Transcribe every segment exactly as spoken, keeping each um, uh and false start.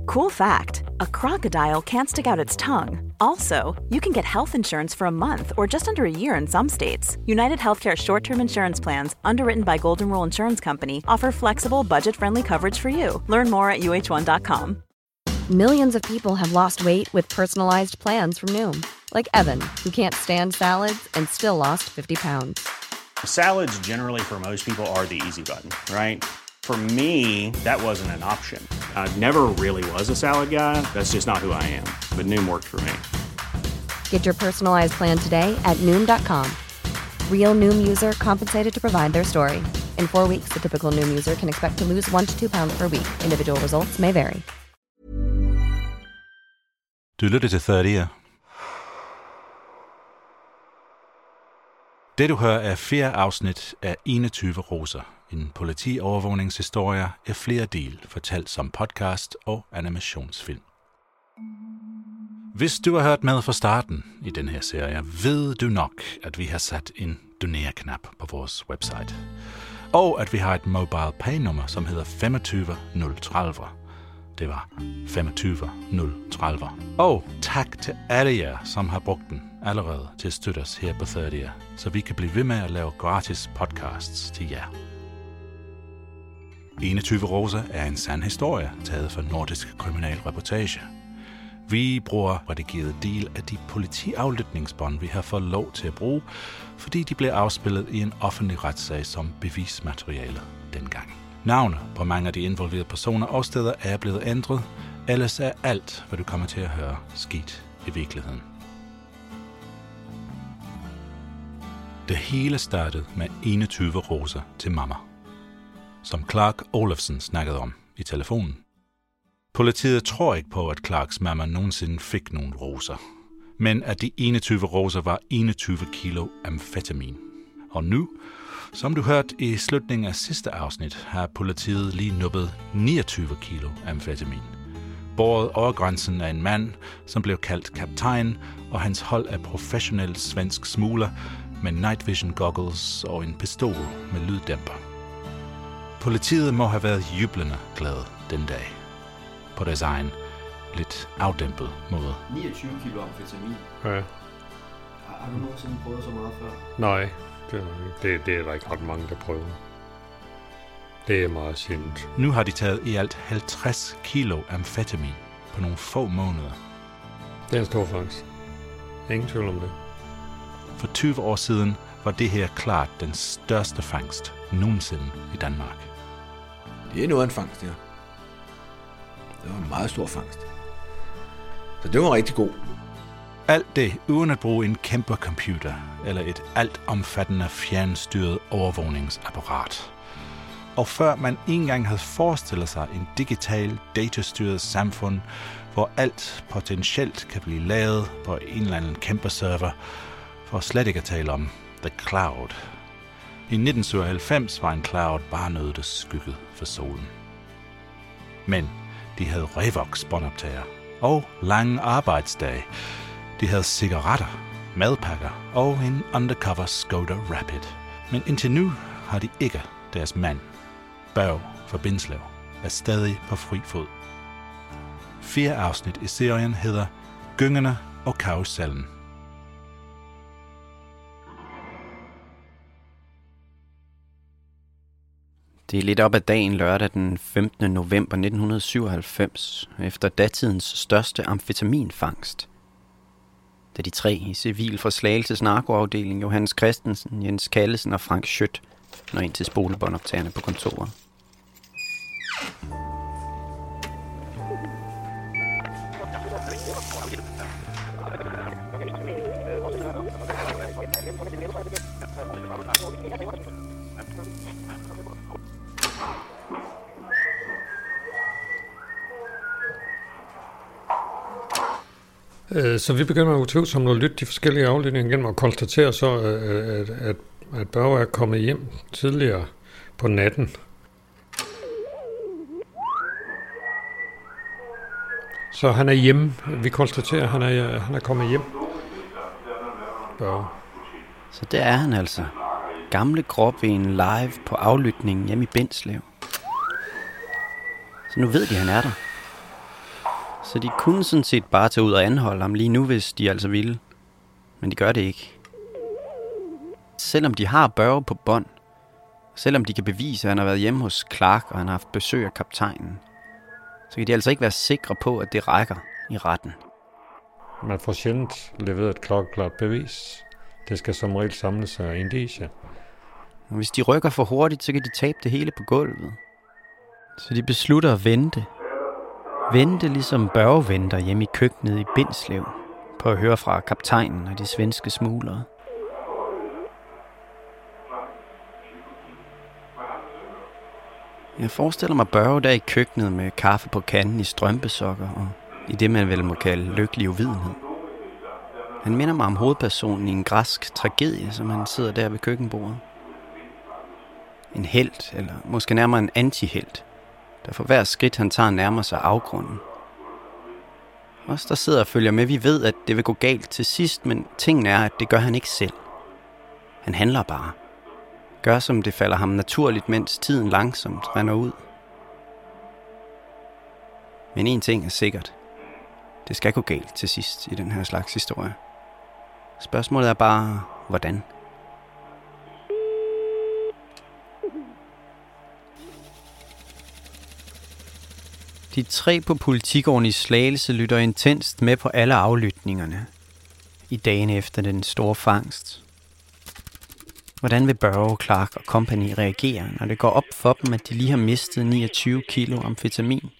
Cool fact, a crocodile can't stick out its tongue. Also, you can get health insurance for a month or just under a year in some states. United Healthcare short-term insurance plans, underwritten by Golden Rule Insurance Company, offer flexible, budget-friendly coverage for you. Learn more at U H one dot com. Millions of people have lost weight with personalized plans from Noom. Like Evan, who can't stand salads and still lost fifty pounds. Salads generally for most people are the easy button, right? For me, that wasn't an option. I never really was a salad guy. That's just not who I am. But Noom worked for me. Get your personalized plan today at Noom dot com. Real Noom user compensated to provide their story. In four weeks, the typical Noom user can expect to lose one to two pounds per week. Individual results may vary. Du lytter til tredive. Det du hører er fjerde afsnit af enogtyve roser. En politiovervågningshistorie af flere del, fortalt som podcast og animationsfilm. Hvis du har hørt med fra starten i den her serie, ved du nok, at vi har sat en doner-knap på vores website. Og at vi har et mobile pay-nummer, som hedder femogtyve nul tredive. Det var femogtyve nul tredive. Og tak til alle jer, som har brugt den allerede til at støtte os her på tredive, så vi kan blive ved med at lave gratis podcasts til jer. enogtyve roser er en sand historie, taget fra Nordisk Kriminalreportage. Vi bruger redigeret del af de politiaflytningsbånd, vi har fået lov til at bruge, fordi de blev afspillet i en offentlig retssag som bevismateriale dengang. Navne på mange af de involverede personer og steder er blevet ændret, ellers er alt, hvad du kommer til at høre, sket i virkeligheden. Det hele startede med enogtyve roser til mamma, som Clark Olofsen snakkede om i telefonen. Politiet tror ikke på, at Clarks mamma nogensinde fik nogle roser, men at de enogtyve roser var enogtyve kilo amfetamin. Og nu, som du hørte i slutningen af sidste afsnit, har politiet lige nubbet niogtyve kilo amfetamin. Båret over grænsen af en mand, som blev kaldt kaptajn, og hans hold af professionel svensk smugler med night vision goggles og en pistol med lyddæmper. Politiet må have været jublende glade den dag, på deres egen lidt afdæmpet måde. niogtyve kilo amfetamin? Ja. Har, har du nogensinde prøvet så meget før? Nej, det, det, det er der ikke ret mange, der prøver. Det er meget sjældent. Nu har de taget i alt halvtreds kilo amfetamin på nogle få måneder. Det er en stor fangst. Ingen tvivl om det. For tyve år siden var det her klart den største fangst nogensinde i Danmark. Det er noget af en fangst, ja. Det var en meget stor fangst. Så det var rigtig god. Alt det uden at bruge en kæmpe computer eller et altomfattende fjernstyret overvågningsapparat. Og før man engang havde forestillet sig en digital, datastyret samfund, hvor alt potentielt kan blive lavet på en eller anden kæmpe server, for slet ikke at tale om The Cloud. I nitten syvoghalvfems var en cloud bare noget, der skyggede for solen. Men de havde Revox-båndoptager og lange arbejdsdage. De havde cigaretter, madpakker og en undercover Skoda Rapid. Men indtil nu har de ikke deres mand. Børge fra Bindslev er stadig på fri fod. Fire afsnit i serien hedder Gyngerne og Karusellen. Det er lidt op ad dagen lørdag den femtende november nitten syvoghalvfems, efter datidens største amfetaminfangst. Da de tre i civil fra Slagelses narkoafdeling, Johannes Christensen, Jens Kallesen og Frank Schødt, når ind til spolebåndoptagerne på kontoret. Så vi begynder utvivlsomt at lytte de forskellige afledninger gennem og konstatere så, at, at, at Børge er kommet hjem tidligere på natten. Så han er hjemme. Vi konstaterer, at han er, han er kommet hjem. Børge. Så der er han altså. Gamle Gråben live på aflytningen hjemme i Bindslev. Så nu ved de, at han er der. Så de kunne sådan set bare tage ud og anholde ham lige nu, hvis de altså ville. Men de gør det ikke. Selvom de har Børge på bånd, selvom de kan bevise, at han har været hjemme hos Clark, og han har haft besøg af kaptajnen, så kan de altså ikke være sikre på, at det rækker i retten. Man får sjældent leveret et klokkeklart bevis. Det skal som regel samles sig af indicier. Og hvis de rykker for hurtigt, så kan de tabe det hele på gulvet. Så de beslutter at vente. Vente ligesom Børge venter hjemme i køkkenet i Bindslev, på at høre fra kaptajnen og de svenske smuglere. Jeg forestiller mig Børge der i køkkenet med kaffe på kanden i strømpesokker og i det, man vel må kalde lykkelig uvidenhed. Han minder mig om hovedpersonen i en græsk tragedie, som han sidder der ved køkkenbordet. En helt, eller måske nærmere en antihelt, der for hver skridt han tager nærmer sig afgrunden. Os, der sidder og følger med, vi ved, at det vil gå galt til sidst, men tingen er, at det gør han ikke selv. Han handler bare. Gør, som det falder ham naturligt, mens tiden langsomt render ud. Men en ting er sikkert. Det skal gå galt til sidst i den her slags historie. Spørgsmålet er bare, hvordan? De tre på Politigården i Slagelse lytter intenst med på alle aflytningerne i dagene efter den store fangst. Hvordan vil Børge, Clark og company reagere, når det går op for dem, at de lige har mistet niogtyve kilo amfetamin?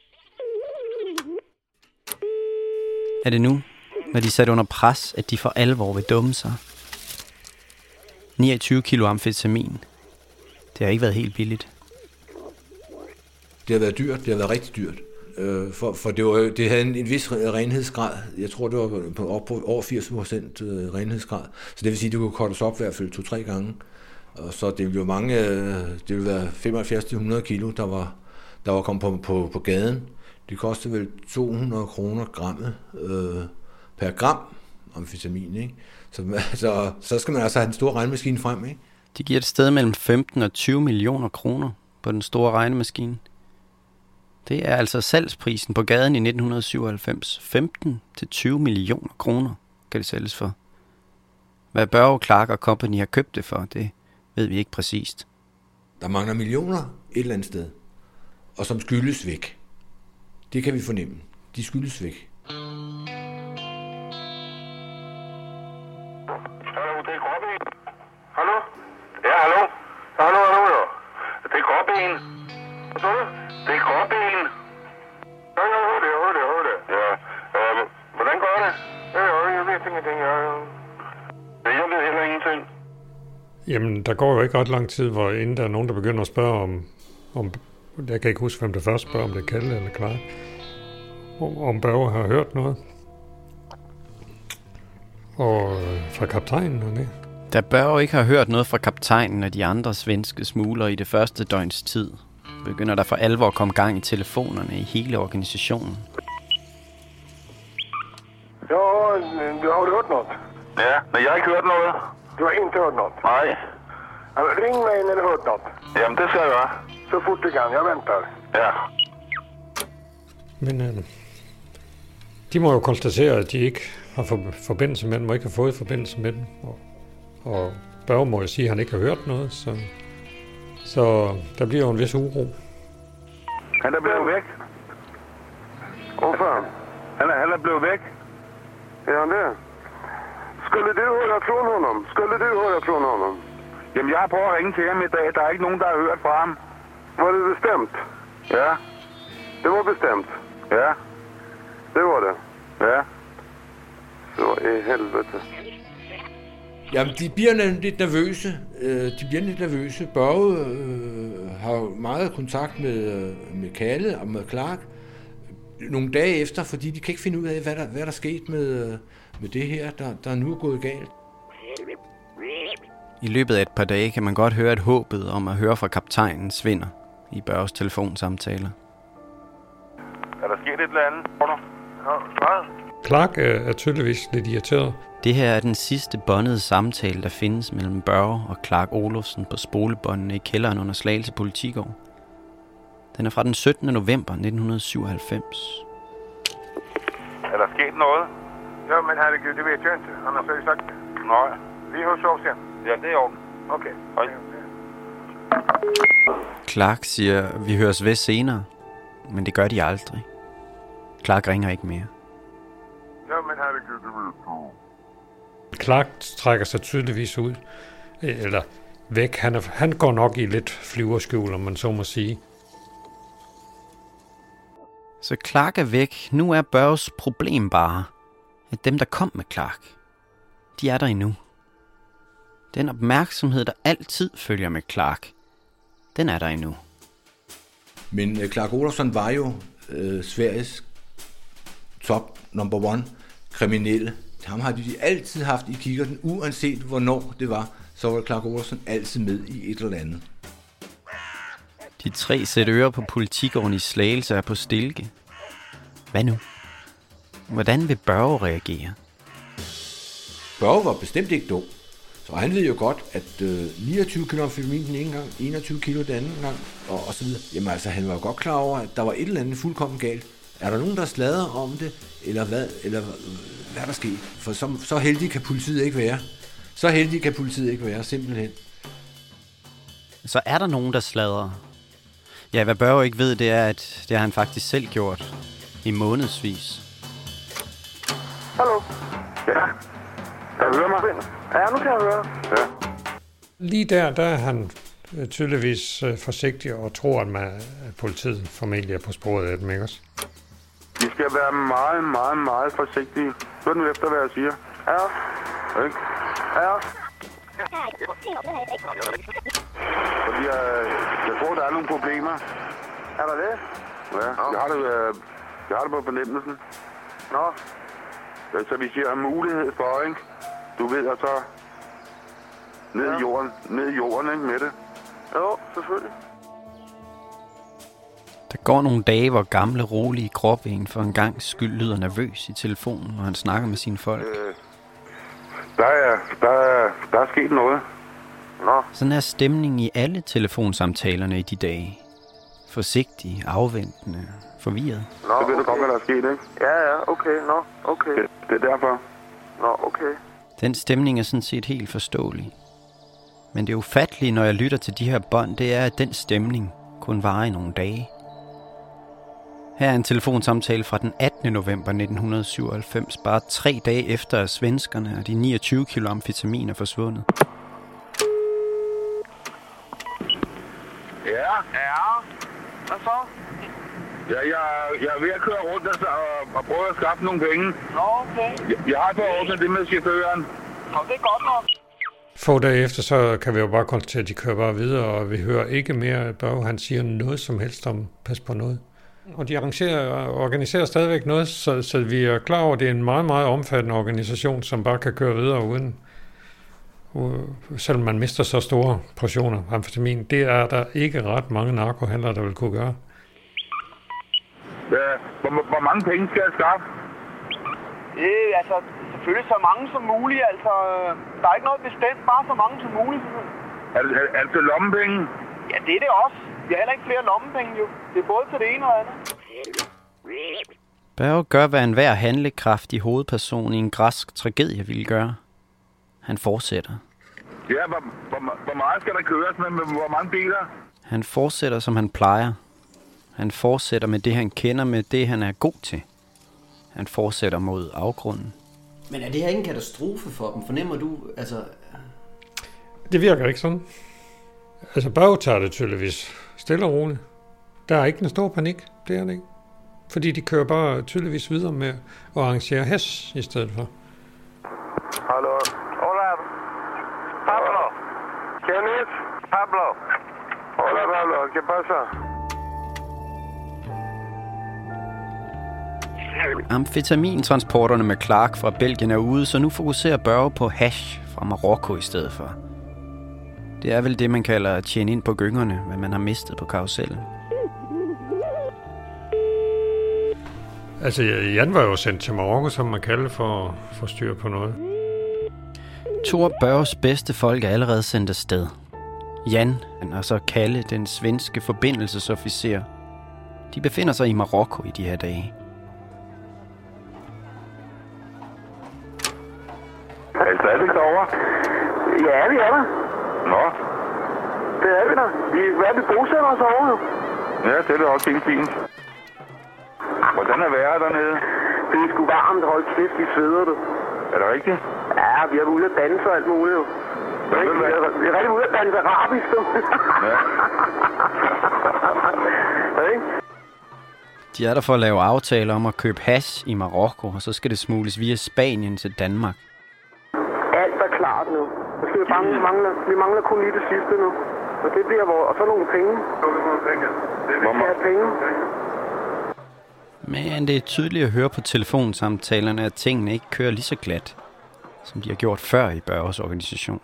Er det nu, når de er sat under pres, at de for alvor vil dumme sig? niogtyve kilo amfetamin. Det har ikke været helt billigt. Det har været dyrt. Det har været rigtig dyrt. Øh, for for det, var, det havde en, en vis renhedsgrad. Jeg tror, det var på, op på over firs procent renhedsgrad. Så det vil sige, at det kunne kortes op i hvert fald to-tre gange. Og så det ville jo mange, det ville være femoghalvfjerds til hundrede kilo, der var, der var kommet på, på, på gaden. Det kostede vel to hundrede kroner grammet øh, per gram amfetamin, ikke? Så, så, så skal man altså have en stor regnemaskine frem, ikke? De giver et sted mellem femten og tyve millioner kroner på den store regnemaskine. Det er altså salgsprisen på gaden i nitten syvoghalvfems. femten til tyve millioner kroner kan det sælges for. Hvad Børge, Clark og company har købt det for, det ved vi ikke præcist. Der mangler millioner et eller andet sted, og som skyldes væk. Det kan vi fornemme. De skyldes væk. Hallo, det er Gråben. Hallo? Ja, hallo. Hallo, hallo, jo. Det er Gråben. Hvad så du? Det er Gråben. Ja, jeg hører det, jeg hører det, jeg hører det. Ja, øh, hvordan går det? Ja, jeg ved ingenting, jeg... Jeg ved heller ingenting. Jamen, der går jo ikke ret lang tid, hvor inden der er nogen, der begynder at spørge om... om jeg kan ikke huske, hvem der først spørger, om det er Kalle eller Clark. Om, om Børge har hørt noget. Og fra kaptajnen og det. Da Børge ikke har hørt noget fra kaptajnen og de andre svenske smuglere i det første døgns tid, begynder der for alvor at komme gang i telefonerne i hele organisationen. Ja, har du hørt noget? Ja, men jeg har ikke hørt noget. Du har ikke hørt noget? Nej. Altså, ring mig när du har hørt noget. Jamen, det skal jeg gøre. Så fort du kan, jeg venter. Ja. Men øh, de må jo konstatere, at de ikke har for, forbindelse med dem, og ikke har fået forbindelse med dem. Og, og Børge må jo sige, at han ikke har hørt noget, så, så der bliver jo en vis uro. Han er blevet væk. Hvorfor? Han er, han er blevet væk. Ja, han det. Skulle du høre fra honom? Skulle du høre fra honom? Jamen, jeg har prøvet at ringe til ham i dag. Der er ikke nogen, der har hørt fra ham. Var det bestemt? Ja. Det var bestemt? Ja. Det var det? Ja. Så i helvete. Jamen, de bliver lidt nervøse. De bliver lidt nervøse. Børge øh, har meget kontakt med, med Kalle og med Clark nogle dage efter, fordi de kan ikke finde ud af, hvad der, hvad der er sket med, med det her, der, der nu er gået galt. I løbet af et par dage kan man godt høre, at håbet om at høre fra kaptajnen svinder i Børges telefonsamtaler. Er der sket et eller andet? Ja, Clark er tydeligvis lidt irriteret. Det her er den sidste båndede samtale, der findes mellem Børge og Clark Olofsen på spolebåndene i kælderen under Slagelse Politigård. Den er fra den syttende november nitten syvoghalvfems. Er der sket noget? Jo, men herregud, det vet jeg ikke. Annars har jeg sagt det. Nej. Vi høres over sen. Ja, det er orden. Okay. Hej. Clark siger, vi høres ved senere, men det gør de aldrig. Clark ringer ikke mere. Jo, men herregud, det vet du. Clark trækker sig tydeligvis ud, eller væk. Han, er, han går nok i lidt flyverskjul, om man så må sige. Så Clark er væk. Nu er Børges problem bare, at dem, der kom med Clark, de er der endnu. Den opmærksomhed, der altid følger med Clark, den er der endnu. Men øh, Clark Olofsson var jo øh, Sveriges top number one kriminelle. Ham har de altid haft i kikkerten, uanset hvornår det var, så var Clark Olofsson altid med i et eller andet. De tre sæt ører på politigården i Slagelse er på stilke. Hvad nu? Hvordan vil Børge reagere? Børge var bestemt ikke dum. Så han ved jo godt, at øh, niogtyve kilo amfetamin den ene gang, enogtyve kilo den anden gang, og, og så videre. Jamen altså, han var jo godt klar over, at der var et eller andet fuldkommen galt. Er der nogen, der sladrer om det, eller hvad, eller hvad er der sket? For så, så heldig kan politiet ikke være. Så heldig kan politiet ikke være, simpelthen. Så er der nogen, der sladrer. Ja, hvad Børge ikke ved, det er, at det har han faktisk selv gjort i månedsvis. Hallo? Ja. Kan du høre mig? Ja, nu kan jeg høre. Ja. Lige der, der er han tydeligvis forsigtig og tror, at, man, at politiet formentlig er på sporet af dem, ikke også? Vi skal være meget, meget, meget forsigtige. Hør nu efter, hvad jeg siger. Ja. Ikke? Ja. Fordi jeg, jeg tror, der er nogle problemer. Er der det? Ja, jeg har det, øh, jeg har det på fornemmelsen. Nå. Så vi siger mulighed for, ikke? Du ved, og så ned i jorden, ned i jorden, ikke, med det. Jo, selvfølgelig. Der går nogle dage, hvor gamle, rolige Gråben for en gang skyld lyder nervøs i telefonen, når han snakker med sine folk. Øh, der, er, der, er, der er sket noget. Nå. Sådan er stemningen i alle telefonsamtalerne i de dage. Forsigtig, afventende, forvirret. Nå, så ved okay. du godt, hvad der er sket, ikke? Ja, ja, okay, nå, okay. Det, det er derfor. Nå, okay. Den stemning er sådan set helt forståelig. Men det ufattelige, når jeg lytter til de her bånd, det er, at den stemning kun varer i nogle dage. Her er en telefonsamtale fra den attende november nitten syvoghalvfems, bare tre dage efter, at svenskerne og de niogtyve kilo amfetamin er forsvundet. Ja. Ja. Hvad så? Ja, jeg, jeg er ved at køre rundt og, og, og prøve at skaffe nogle penge. Nå, okay. Jeg, jeg har fået ordnet det med chaufføren. Nå, det er godt nok. Få dage efter, så kan vi jo bare konstatere, at de kører bare videre, og vi hører ikke mere, at Børge han siger noget som helst om pas på noget. Og de arrangerer og organiserer stadigvæk noget, så, så vi er klar over, at det er en meget, meget omfattende organisation, som bare kan køre videre uden, selvom man mister så store portioner amfetamin. Det er der ikke ret mange narkohandlere, der vil kunne gøre. Ja, hvor, hvor mange penge skal jeg skaffe? Det altså selvfølgelig så mange som muligt. Altså, der er ikke noget bestemt, bare så mange som muligt. Er det, er, er det lommepenge? Ja, det er det også. Vi har heller ikke flere lommepenge, jo. Det er både til det ene og andet. Børge gør, hvad enhver handlekraftig hovedperson i en græsk tragedie ville gøre. Han fortsætter. Ja, hvor, hvor, hvor meget skal der køres med, med hvor mange biler? Han fortsætter, som han plejer. Han fortsætter med det, han kender, med det, han er god til. Han fortsætter mod afgrunden. Men er det her ikke en katastrofe for dem? Fornemmer du, altså... Det virker ikke sådan. Altså, Børge tager det tydeligvis stille og roligt. Der er ikke en stor panik, det er det ikke. Fordi de kører bare tydeligvis videre med at arrangere hash i stedet for. Hallo. Hola. Pablo. Kenneth. Pablo. Hola, Pablo. ¿Qué pasa? Amfetamintransporterne med Clark fra Belgien er ude, så nu fokuserer Børge på hash fra Marokko i stedet for. Det er vel det, man kalder at tjene ind på gyngerne, hvad man har mistet på karusellen. Altså, Jan var jo sendt til Marokko, som man kalder for, for styr på noget. To af Børges bedste folk er allerede sendt afsted. Jan, og så Kalle, den svenske forbindelsesofficer. De befinder sig i Marokko i de her dage. ikke derovre? Ja, vi er der. Nå. Det er vi der. Vi er hvad, vi bosætter os over, jo. Ja, det er da også helt fint. Hvordan er vejret dernede? Det er sgu varmt. Hold kæft, vi sveder det. Er det rigtigt? Ja, vi er ude at danse og alt muligt, jo. Vi er, vi er, vi er rigtig ude at danse arabisk, du. Ja. De er der for at lave aftaler om at købe hash i Marokko, og så skal det smugles via Spanien til Danmark. Alt er klart nu. Så skal vi, bare mangle, vi mangler kun lige det sidste nu. Og det bliver vores... Og så nogle penge. Hvor mange penge? Men det er tydeligt at høre på telefonsamtalerne, at tingene ikke kører lige så glat, som de har gjort før i Børges organisation.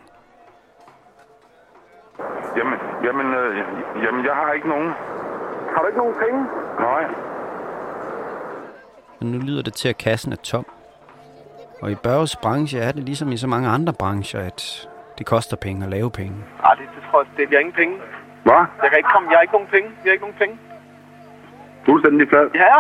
Jamen, jamen, øh, jamen, jeg har ikke nogen. Har du ikke nogen penge? Nej. Men nu lyder det til, at kassen er tom. Og i Børges branche er det ligesom i så mange andre brancher, at det koster penge at lave penge. Nej, det, det tror jeg, det, vi har ingen penge. Hvad? Jeg kan ikke komme, jeg har ikke nogen penge. Vi har ikke nogen penge. Fuldstændig flad. Ja.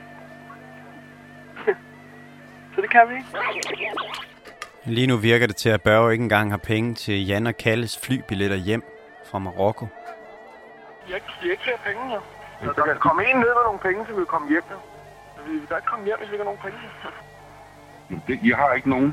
Så det kan vi ikke. Lige nu virker det til, at Børge ikke engang har penge til Jan og Kalles flybilletter hjem fra Marokko. Vi har ikke, vi har ikke flere penge, ja. Så der kan komme en ned med nogle penge, så vi kan komme hjem, ja. Vi kan ikke komme hjem, hvis vi ikke har nogen penge. Det, I har ikke nogen.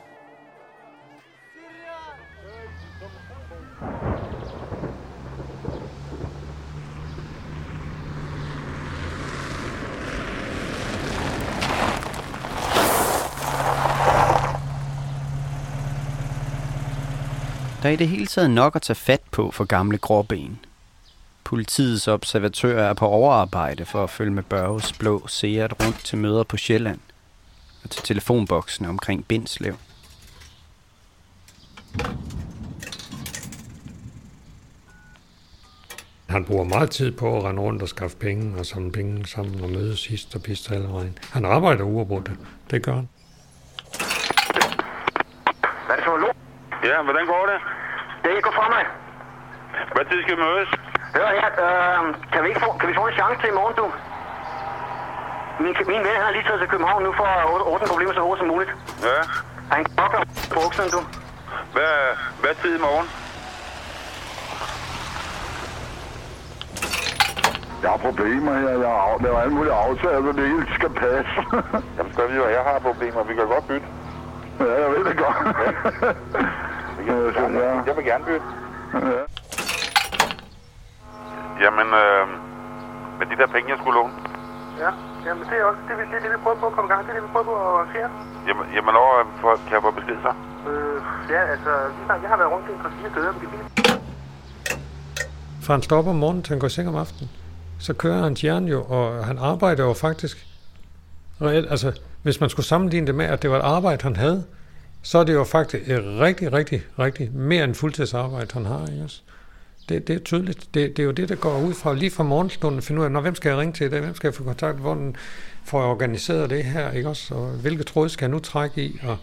Der er i det hele taget nok at tage fat på for gamle Gråben. Politiets observatører er på overarbejde for at følge med Børges blå Seat rundt til møder på Sjælland og til telefonboksene omkring Bindslev. Han bruger meget tid på at rende rundt og skaffe penge og samle penge sammen og mødes sidst og pist alle vejen. Han arbejder uafbrudt. Det gør han. Hvad er det for en lort? Ja, hvordan går det? Det er ikke gå fra mig. Hvad tid skal vi mødes? Hør her, øh, kan, vi ikke få, kan vi få en chance til i morgen, du? Min, min ven har lige taget til København nu for at ordne problemer så hurtigt som muligt. Ja. Han klokker på bukserne, du. Hvad, hvad tid i morgen? Jeg har problemer her. Jeg laver alle mulige aftaler, så det hele skal passe. Jamen, skal vi jo, jeg har problemer. Vi kan godt bytte. Ja, jeg ved det godt. Ja. Jeg, vil gerne, jeg vil gerne bytte. Ja. Jamen, øh, med de der penge, jeg skulle låne. Ja, jamen det er også det, vi, det, det, vi prøver på at komme i gang. Det er det, vi prøver på at arrangere. Jamen, jamen over, for, kan jeg få besked så? Øh, ja, altså, jeg har været rundt til en fire steder, men det er For han stopper om morgenen, til han går i seng om aftenen. Så kører hans hjerne jo, og han arbejder jo faktisk reelt. Altså, hvis man skulle sammenligne det med, at det var et arbejde, han havde, så er det jo faktisk et rigtig, rigtig, rigtig mere end fuldtidsarbejde, han har, ikke også? Det, det er tydeligt. Det, det er jo det, der går ud fra lige fra morgenstunden at finde ud af, når, hvem skal jeg ringe til i dag, hvem skal jeg få kontakt, hvordan får jeg organiseret det her, ikke også? Og hvilke tråd skal jeg nu trække i? Og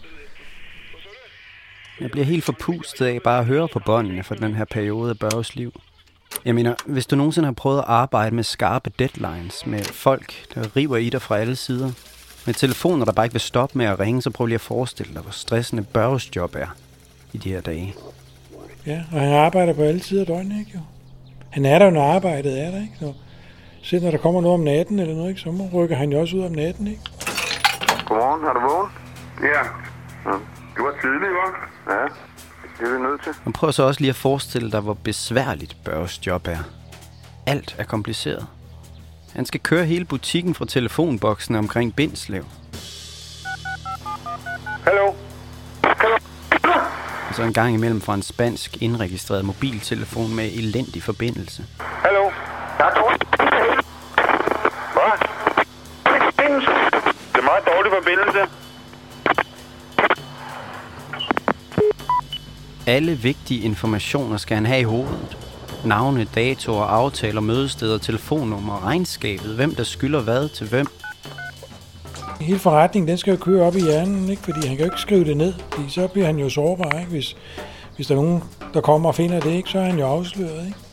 jeg bliver helt forpustet af bare at høre på båndene for den her periode af Børges liv. Jeg mener, hvis du nogensinde har prøvet at arbejde med skarpe deadlines, med folk, der river i dig fra alle sider, med telefoner, der bare ikke vil stoppe med at ringe, så prøv lige at forestille dig, hvor stressende Børges job er i de her dage. Ja, og han arbejder på alle tider af døgnet, ikke jo? Han er der jo, når arbejdet er der, ikke? Så selv når der kommer noget om natten eller noget, ikke? Så rykker han jo også ud om natten, ikke? Godmorgen, har du vågen? Ja. ja. Du var tidlig, hva'? Ja, det er vi nødt til. Man prøver så også lige at forestille dig, hvor besværligt Børges job er. Alt er kompliceret. Han skal køre hele butikken fra telefonboksene omkring Bindslev. Hallo? Hallo? Og så en gang imellem fra en spansk indregistreret mobiltelefon med elendig forbindelse. Hallo? Der er dårlig forbindelse. Hvad? Det er meget dårlig forbindelse. Alle vigtige informationer skal han have i hovedet. Navne, datoer, aftaler, mødesteder, telefonnummer, regnskabet, hvem der skylder hvad til hvem. Hele forretningen, den skal jo køre op i hjernen, ikke? Fordi han kan jo ikke skrive det ned, fordi så bliver han jo sårbar, ikke? Hvis, hvis der er nogen, der kommer og finder det, ikke? Så er han jo afsløret, ikke?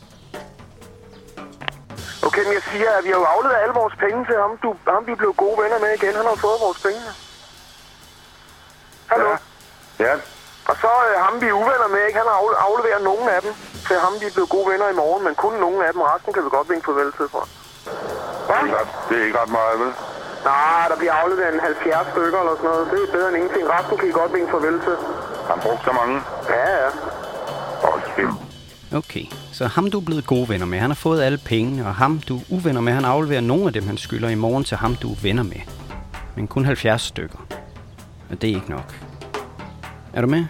Okay, men jeg siger, at vi har jo afleveret alle vores penge til ham. Du, ham vi blev gode venner med igen. Han har fået vores penge. Hallo? Ja. Ja. Og så øh, ham, vi er uvenner med, ikke? Han har afleveret nogen af dem til ham, vi er blevet gode venner i morgen, men kun nogen af dem. Resten kan vi godt vinke farvel til for. Hvad? Det er ikke ret meget, vel? Nej, der bliver afleveret en halvfjerds stykker eller sådan noget. Det er bedre end ingenting. Resten kan I godt vinke farvel til. Han brugte så mange? Ja, ja. Okay, så ham du er blevet gode venner med, han har fået alle pengene, og ham du er uvenner med, han afleverer nogle af dem, han skylder i morgen til ham du er venner med. Men kun halvfjerds stykker. Og det er ikke nok. Er du med?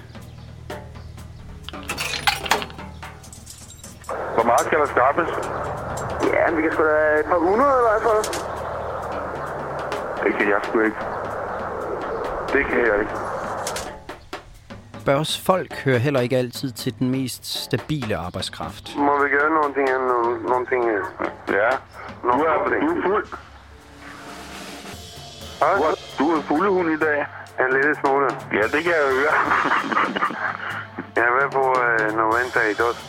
Hvor meget skal der skaffes? Ja, vi kan sgu da et par hundrede i hvert fald. Det kan jeg sgu ikke. Det kan jeg ikke. Børs folk hører heller ikke altid til den mest stabile arbejdskraft. Må vi gøre nogle ting? Nogle, nogle ting ja. Nogle du, er, du er fuld. Du er, du er fuglehund i dag. Ja, lidt smule. Ja, det kan jeg høre. Jeg er med på øh, noventa i dos.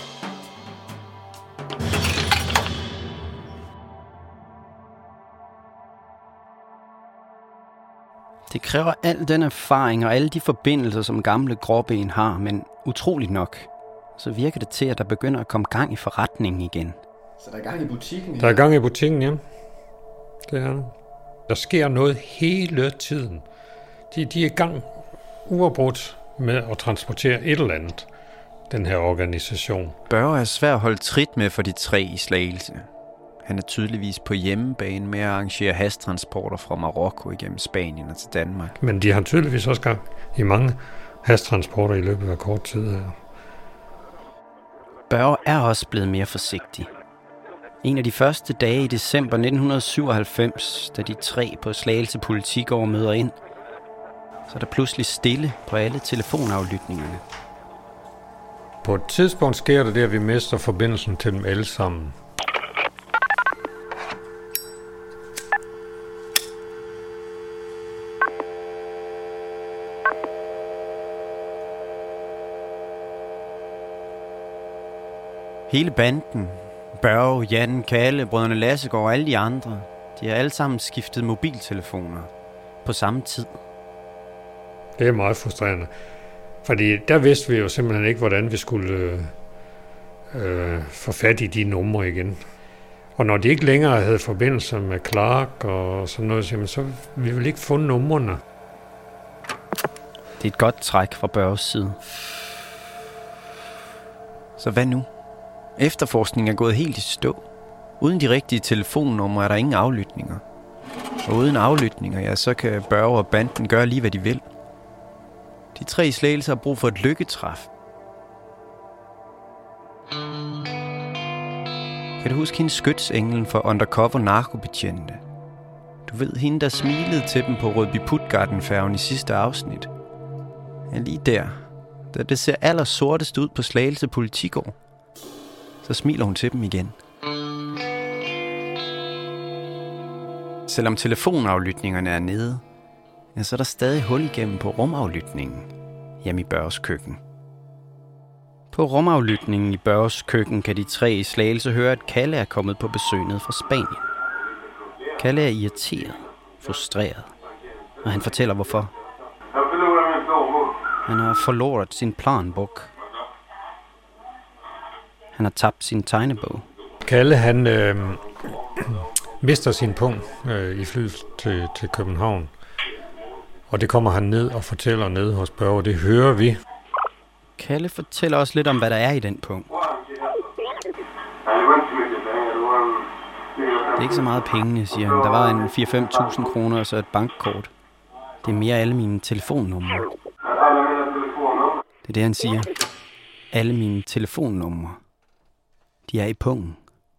Det kræver al den erfaring og alle de forbindelser, som gamle gråben har, men utroligt nok, så virker det til, at der begynder at komme gang i forretningen igen. Så der er gang i butikken? Der er gang i butikken, ja. Det er der. Der sker noget hele tiden. De, de er i gang uafbrudt med at transportere et eller andet, den her organisation. Børge er svær at holde trit med for de tre i Slagelse. Han er tydeligvis på hjemmebane med at arrangere hastransporter fra Marokko igennem Spanien og til Danmark. Men de har tydeligvis også gang i mange hastransporter i løbet af kort tid her. Børge er også blevet mere forsigtig. En af de første dage i december nitten syvoghalvfems, da de tre på Slagelse Politigård møder ind, så er der pludselig stille på alle telefonaflytningerne. På et tidspunkt sker det det, at vi mister forbindelsen til dem alle sammen. Hele banden, Børge, Jan, Kalle, brødrene Lassegård og alle de andre, de har alle sammen skiftet mobiltelefoner på samme tid. Det er meget frustrerende, fordi der vidste vi jo simpelthen ikke, hvordan vi skulle øh, øh, få fat i de numre igen. Og når de ikke længere havde forbindelse med Clark og sådan noget, jamen, så vi ville ikke få numrene. Det er et godt træk fra Børges side. Så hvad nu? Efterforskningen er gået helt i stå. Uden de rigtige telefonnumre er der ingen aflytninger. Og uden aflytninger, ja, så kan Børge og banden gøre lige, hvad de vil. De tre Slagelse har brug for et lykketræf. Kan du huske hende skytsenglen for undercover narkobetjente? Du ved, hende der smilede til dem på Rødby Puttgarden-færgen i sidste afsnit. Ja, lige der, da det ser allersortest ud på Slagelse Politigård, så smiler hun til dem igen. Selvom telefonaflytningerne er nede, ja, så er der stadig hul igennem på rumaflytningen hjemme i Børges køkken. På rumaflytningen i Børges køkken kan de tre i Slagelse høre, at Kalle er kommet på besøg ned fra Spanien. Kalle er irriteret, frustreret, og han fortæller hvorfor. Han har forloret sin planbog. Han har tabt sin tegnebog. Kalle, han øh, mister sin pung øh, i flyet til, til København. Og det kommer han ned og fortæller ned hos Børge, det hører vi. Kalle fortæller også lidt om, hvad der er i den pung. Det er ikke så meget penge, siger han. Der var en fire til fem tusind kroner og så et bankkort. Det er mere alle mine telefonnumre. Det er det, han siger. Alle mine telefonnumre. De er i pungen.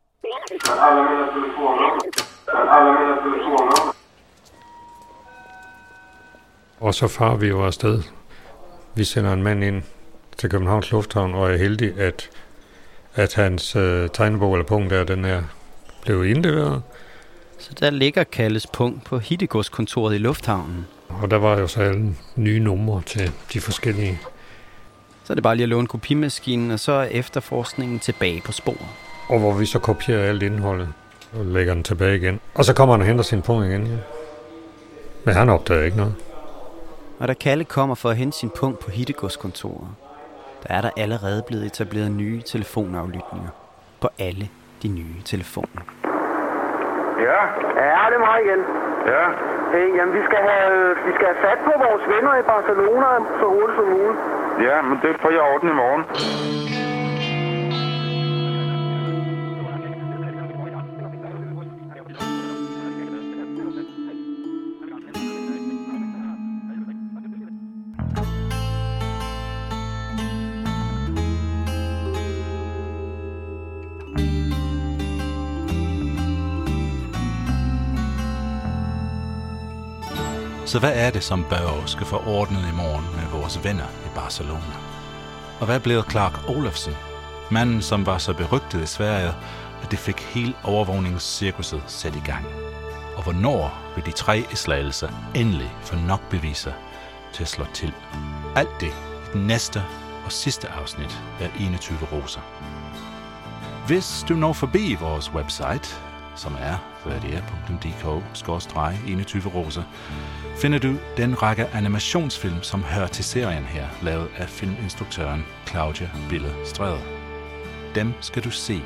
Og så farer vi jo afsted. Vi sender en mand ind til Københavns Lufthavn, og er heldig, at, at hans øh, tegnebog eller punkt der, den er blevet indleveret. Så der ligger Kalles punkt på Hittegodskontoret i Lufthavnen. Og der var jo så alle nye numre til de forskellige. Så er det bare lige at låne kopimaskinen, og så er efterforskningen tilbage på sporet. Og hvor vi så kopierer alt indholdet og lægger den tilbage igen. Og så kommer han og henter sin punkt igen, ja. Men han opdager ikke noget. Og da Kalle kommer for at hente sin punkt på Hittegodskontoret, der er der allerede blevet etableret nye telefonaflytninger på alle de nye telefoner. Ja? Ja, det er mig igen. Ja? Hey, jamen vi skal have, vi skal have fat på vores venner i Barcelona så hurtigt som muligt. Ja, men det får jeg orden i morgen. Så hvad er det, som Børge skal få ordnet i morgen med vores venner i Barcelona? Og hvad blev Clark Olofsen, manden som var så berygtet i Sverige, at det fik hele overvågningscirkuset sat i gang? Og hvornår vil de tre i Slagelse endelig få nok beviser til at slå til? Alt det i den næste og sidste afsnit af enogtyve roser. Hvis du når forbi vores website, som er r d r punktum d k skråstreg enogtyve roser, finder du den række animationsfilm, som hører til serien her, lavet af filminstruktøren Claudia Bille Stræde. Dem skal du se.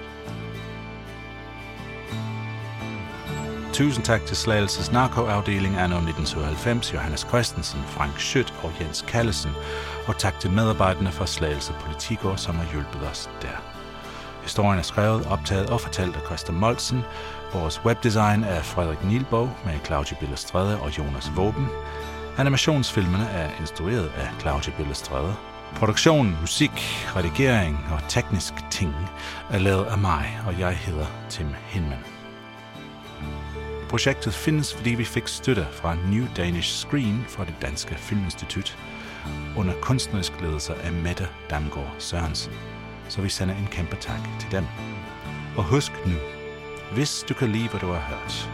Tusind tak til Slagelses narkoafdeling anno nitten syvoghalvfems, Johannes Christensen, Frank Schødt og Jens Kallesen, og tak til medarbejderne fra Slagelse Politigård, som har hjulpet os der. Historien er skrevet, optaget og fortalt af Christa Molsen. Vores webdesign er Frederik Nielbog med Claudia Bille Stræde og Jonas Våben. Animationsfilmene er instrueret af Claudia Bille Stræde. Produktion, musik, redigering og teknisk ting er lavet af mig, og jeg hedder Tim Hinman. Projektet findes, fordi vi fik støtte fra New Danish Screen fra det Danske Filminstitut under kunstnerisk ledelse af Mette Damgaard Sørensen. Så vi sender en kæmpe tak til dem. Og husk nu, hvis du kan lide, hvad du har hørt.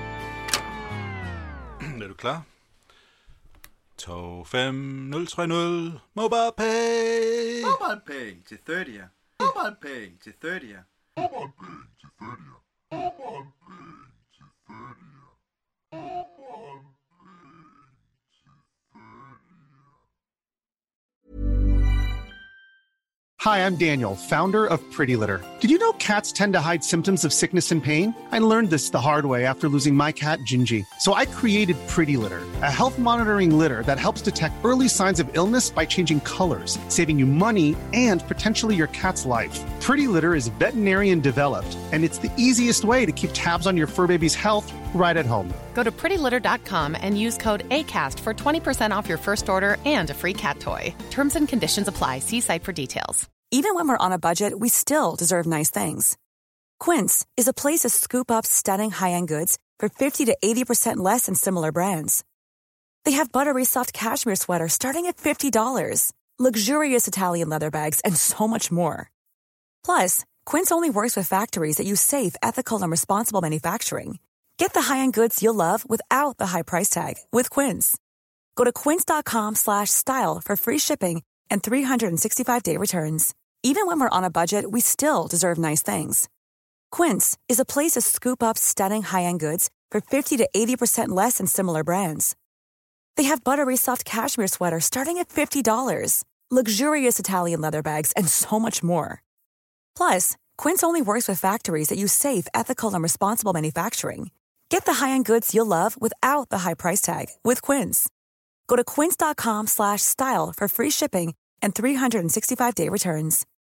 Er du klar? to fem nul tre nul MobilePay! MobilePay til tredier. MobilePay til tredier. MobilePay til tredier. MobilePay til tredier. Hi, I'm Daniel, founder of Pretty Litter. Did you know cats tend to hide symptoms of sickness and pain? I learned this the hard way after losing my cat, Gingy. So I created Pretty Litter, a health monitoring litter that helps detect early signs of illness by changing colors, saving you money and potentially your cat's life. Pretty Litter is veterinarian developed, and it's the easiest way to keep tabs on your fur baby's health right at home. Go to pretty litter dot com and use code ACAST for twenty percent off your first order and a free cat toy. Terms and conditions apply. See site for details. Even when we're on a budget, we still deserve nice things. Quince is a place to scoop up stunning high-end goods for fifty to eighty percent less than similar brands. They have buttery soft cashmere sweaters starting at fifty dollars, luxurious Italian leather bags, and so much more. Plus, Quince only works with factories that use safe, ethical, and responsible manufacturing. Get the high-end goods you'll love without the high price tag with Quince. Go to quince dot com slash style for free shipping and three sixty-five day returns. Even when we're on a budget, we still deserve nice things. Quince is a place to scoop up stunning high-end goods for fifty to eighty percent less than similar brands. They have buttery soft cashmere sweaters starting at fifty dollars, luxurious Italian leather bags, and so much more. Plus, Quince only works with factories that use safe, ethical, and responsible manufacturing. Get the high-end goods you'll love without the high price tag with Quince. Go to quince dot com slash style for free shipping and three sixty-five day returns.